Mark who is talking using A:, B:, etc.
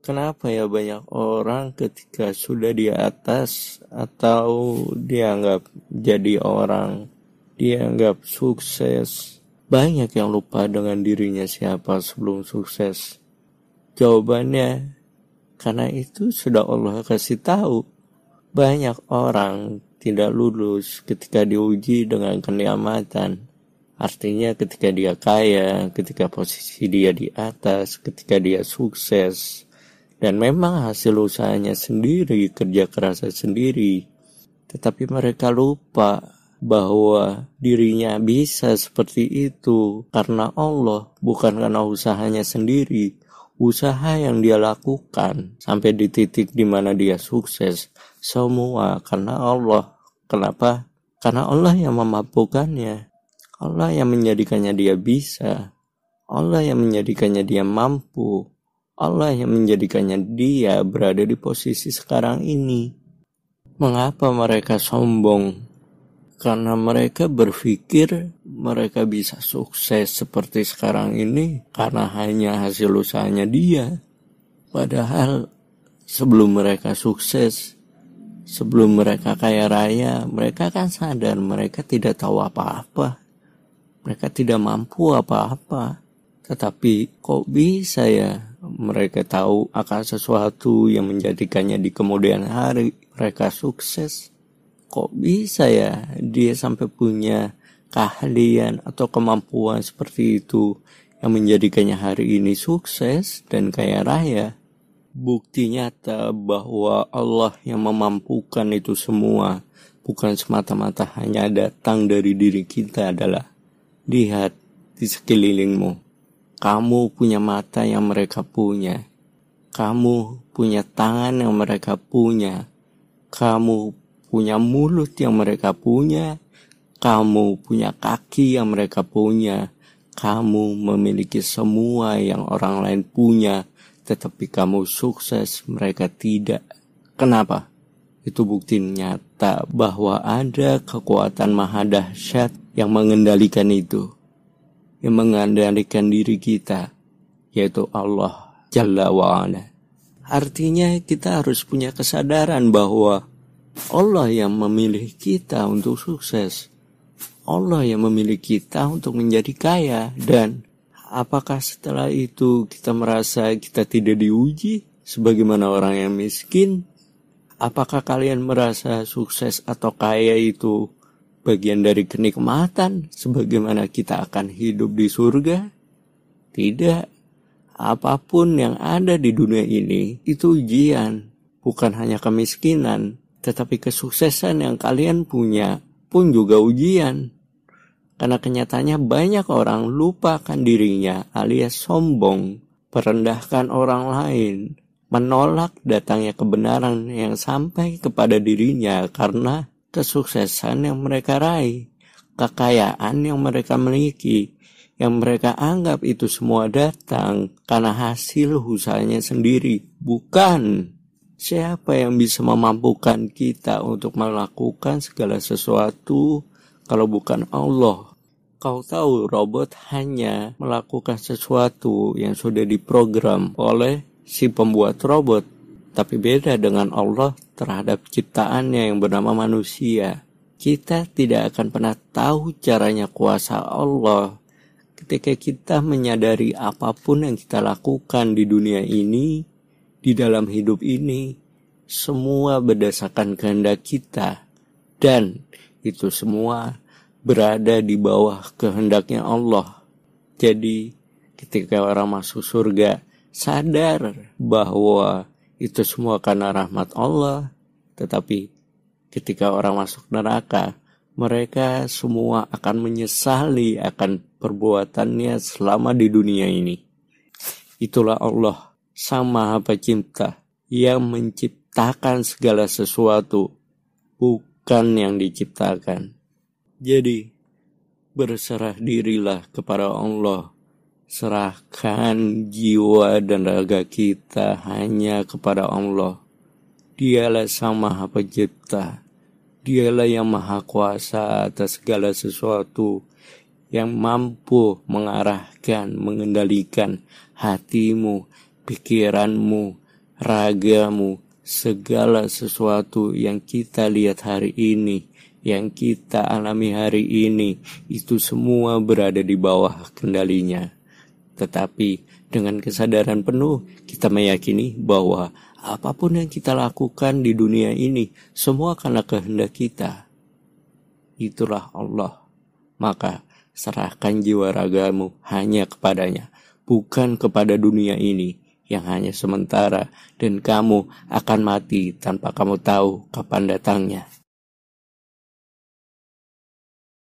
A: Kenapa ya banyak orang ketika sudah di atas atau dianggap jadi orang, dianggap sukses, banyak yang lupa dengan dirinya siapa sebelum sukses. Jawabannya, karena itu sudah Allah kasih tahu. Banyak orang tidak lulus ketika diuji dengan kenikmatan. Artinya ketika dia kaya, ketika posisi dia di atas, ketika dia sukses. Dan memang hasil usahanya sendiri, kerja kerasnya sendiri. Tetapi mereka lupa bahwa dirinya bisa seperti itu karena Allah, bukan karena usahanya sendiri. Usaha yang dia lakukan sampai di titik di mana dia sukses, semua karena Allah. Kenapa? Karena Allah yang memampukannya. Allah yang menjadikannya dia bisa. Allah yang menjadikannya dia mampu. Allah yang menjadikannya dia berada di posisi sekarang ini. Mengapa mereka sombong? Karena mereka berpikir mereka bisa sukses seperti sekarang ini karena hanya hasil usahanya dia. Padahal sebelum mereka sukses, sebelum mereka kaya raya, mereka kan sadar mereka tidak tahu apa-apa. Mereka tidak mampu apa-apa. Tetapi kok bisa ya mereka tahu akan sesuatu yang menjadikannya di kemudian hari mereka sukses? Kok bisa ya dia sampai punya keahlian atau kemampuan seperti itu yang menjadikannya hari ini sukses dan kaya raya? Bukti nyata bahwa Allah yang memampukan itu semua bukan semata-mata hanya datang dari diri kita adalah lihat di sekelilingmu. Kamu punya mata yang mereka punya. Kamu punya tangan yang mereka punya. Kamu punya mulut yang mereka punya. Kamu punya kaki yang mereka punya. Kamu memiliki semua yang orang lain punya. Tetapi kamu sukses, mereka tidak. Kenapa? Itu bukti nyata bahwa ada kekuatan maha dahsyat yang mengendalikan itu. Yang mengendalikan diri kita, yaitu Allah Jalla wa'ala. Artinya kita harus punya kesadaran bahwa Allah yang memilih kita untuk sukses. Allah yang memilih kita untuk menjadi kaya. Dan apakah setelah itu kita merasa kita tidak diuji sebagaimana orang yang miskin? Apakah kalian merasa sukses atau kaya itu bagian dari kenikmatan sebagaimana kita akan hidup di surga? Tidak. Apapun yang ada di dunia ini itu ujian, bukan hanya kemiskinan, tetapi kesuksesan yang kalian punya pun juga ujian. Karena kenyataannya banyak orang lupakan dirinya alias sombong, merendahkan orang lain, menolak datangnya kebenaran yang sampai kepada dirinya karena kesuksesan yang mereka raih, kekayaan yang mereka miliki, yang mereka anggap itu semua datang karena hasil usahanya sendiri. Bukan. Siapa yang bisa memampukan kita untuk melakukan segala sesuatu kalau bukan Allah? Kau tahu robot hanya melakukan sesuatu yang sudah diprogram oleh si pembuat robot. Tapi beda dengan Allah terhadap ciptaannya yang bernama manusia. Kita tidak akan pernah tahu caranya kuasa Allah ketika kita menyadari apapun yang kita lakukan di dunia ini, di dalam hidup ini, semua berdasarkan kehendak kita. Dan itu semua berada di bawah kehendaknya Allah. Jadi ketika orang masuk surga, sadar bahwa itu semua karena rahmat Allah. Tetapi ketika orang masuk neraka, mereka semua akan menyesali akan perbuatannya selama di dunia ini. Itulah Allah, Sang Maha Pencipta, yang menciptakan segala sesuatu, bukan yang diciptakan. Jadi, berserah dirilah kepada Allah. Serahkan jiwa dan raga kita hanya kepada Allah. Dialah Sang Maha Pencipta. Dialah yang Maha Kuasa atas segala sesuatu, yang mampu mengarahkan, mengendalikan hatimu, pikiranmu, ragamu, segala sesuatu yang kita lihat hari ini, yang kita alami hari ini, itu semua berada di bawah kendalinya. Tetapi dengan kesadaran penuh, kita meyakini bahwa apapun yang kita lakukan di dunia ini, semua karena kehendak kita. Itulah Allah. Maka serahkan jiwa ragamu hanya kepadanya, bukan kepada dunia ini yang hanya sementara, dan kamu akan mati tanpa kamu tahu kapan datangnya.